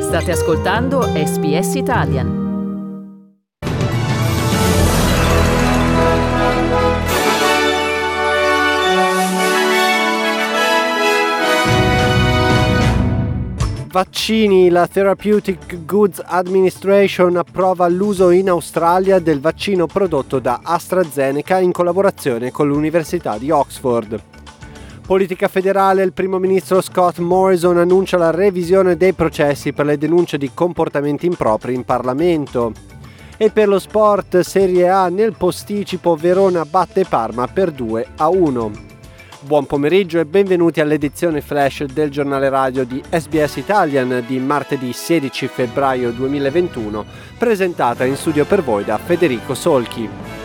State ascoltando SBS Italian. Vaccini. La Therapeutic Goods Administration approva l'uso in Australia del vaccino prodotto da AstraZeneca in collaborazione con l'Università di Oxford. Politica federale. Il primo ministro Scott Morrison annuncia la revisione dei processi per le denunce di comportamenti impropri in Parlamento. E per lo sport, Serie A nel posticipo, Verona batte Parma per 2-1. Buon pomeriggio e benvenuti all'edizione flash del giornale radio di SBS Italian di martedì 16 febbraio 2021, presentata in studio per voi da Federico Solchi.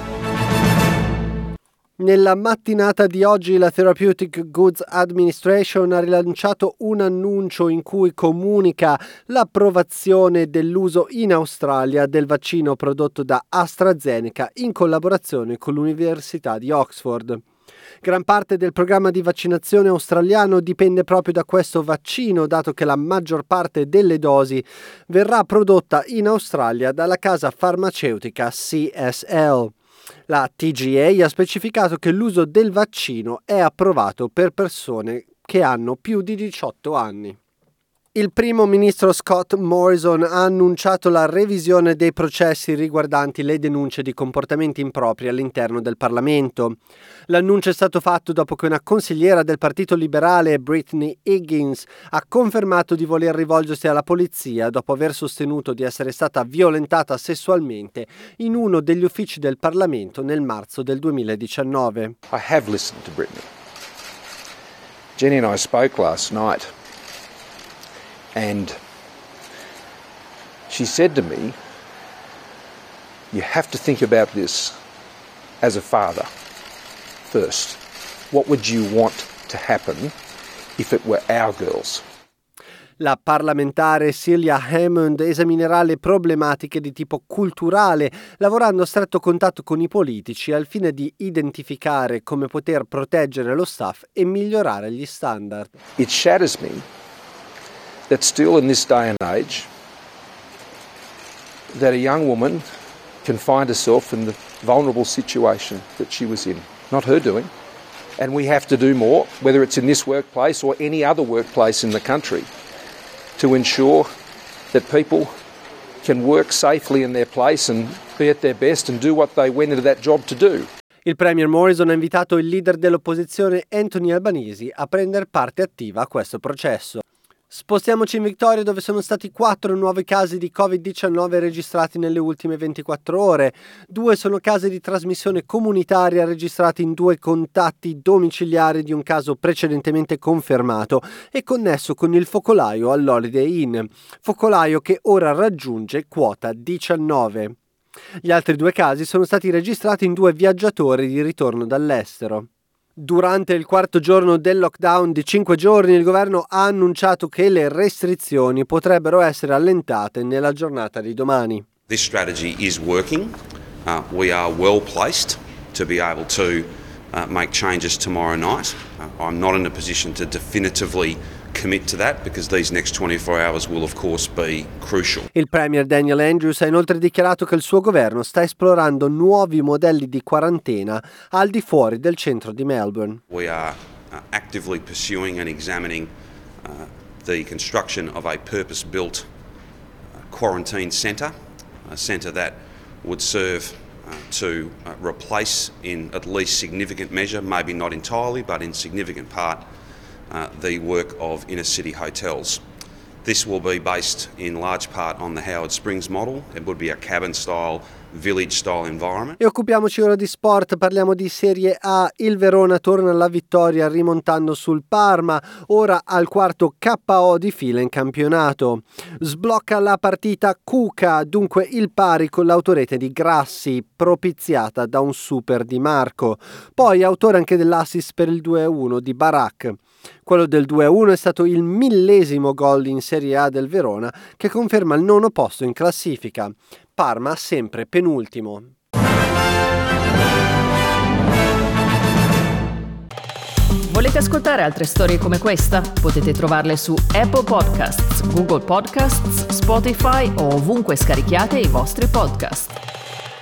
Nella mattinata di oggi la Therapeutic Goods Administration ha rilanciato un annuncio in cui comunica l'approvazione dell'uso in Australia del vaccino prodotto da AstraZeneca in collaborazione con l'Università di Oxford. Gran parte del programma di vaccinazione australiano dipende proprio da questo vaccino, dato che la maggior parte delle dosi verrà prodotta in Australia dalla casa farmaceutica CSL. La TGA ha specificato che l'uso del vaccino è approvato per persone che hanno più di 18 anni. Il primo ministro Scott Morrison ha annunciato la revisione dei processi riguardanti le denunce di comportamenti impropri all'interno del Parlamento. L'annuncio è stato fatto dopo che una consigliera del Partito Liberale, Brittany Higgins, ha confermato di voler rivolgersi alla polizia dopo aver sostenuto di essere stata violentata sessualmente in uno degli uffici del Parlamento nel marzo del 2019. I have listened to Brittany. Jenny and I spoke last night. And she said to me, you have to think about this as a father first. What would you want to happen if it were our girls? La parlamentare Celia Hammond esaminerà le problematiche di tipo culturale, lavorando a stretto contatto con i politici al fine di identificare come poter proteggere lo staff e migliorare gli standard. It shatters me that still in this day and age that a young woman can find herself in the vulnerable situation that she was in. Not her doing. And we have to do more, whether it's in this workplace or any other workplace in the country, to ensure that people can work safely in their place and be at their best and do what they went into that job to do. Il Premier Morrison ha invitato il leader dell'opposizione Anthony Albanese a prendere parte attiva a questo processo. Spostiamoci in Victoria, dove sono stati 4 nuovi casi di Covid-19 registrati nelle ultime 24 ore. 2 sono casi di trasmissione comunitaria registrati in 2 contatti domiciliari di un caso precedentemente confermato e connesso con il focolaio all'Holiday Inn, focolaio che ora raggiunge quota 19. Gli altri 2 casi sono stati registrati in 2 viaggiatori di ritorno dall'estero. Durante il quarto giorno del lockdown di 5 giorni, il governo ha annunciato che le restrizioni potrebbero essere allentate nella giornata di domani. This strategy is working. We are well placed to be able to make changes tomorrow night. I'm not in a position to definitively commit to that because these next 24 hours will of course be crucial. Il Premier Daniel Andrews ha inoltre dichiarato che il suo governo sta esplorando nuovi modelli di quarantena al di fuori del centro di Melbourne. We are actively pursuing and examining the construction of a purpose-built quarantine centre, a centre that would serve to replace in at least significant measure, maybe not entirely, but in significant part, the work of inner city hotels. This will be based in large part on the Howard Springs model. It would be a cabin-style, village-style environment. E occupiamoci ora di sport, parliamo di Serie A. Il Verona torna alla vittoria rimontando sul Parma, ora al quarto KO di fila in campionato. Sblocca la partita Cuca, dunque il pari con l'autorete di Grassi, propiziata da un super di Marco. Poi autore anche dell'assist per il 2-1 di Barak. Quello del 2-1 è stato il 1000° gol in Serie A del Verona, che conferma il 9° posto in classifica. Parma sempre penultimo. Volete ascoltare altre storie come questa? Potete trovarle su Apple Podcasts, Google Podcasts, Spotify o ovunque scarichiate i vostri podcast.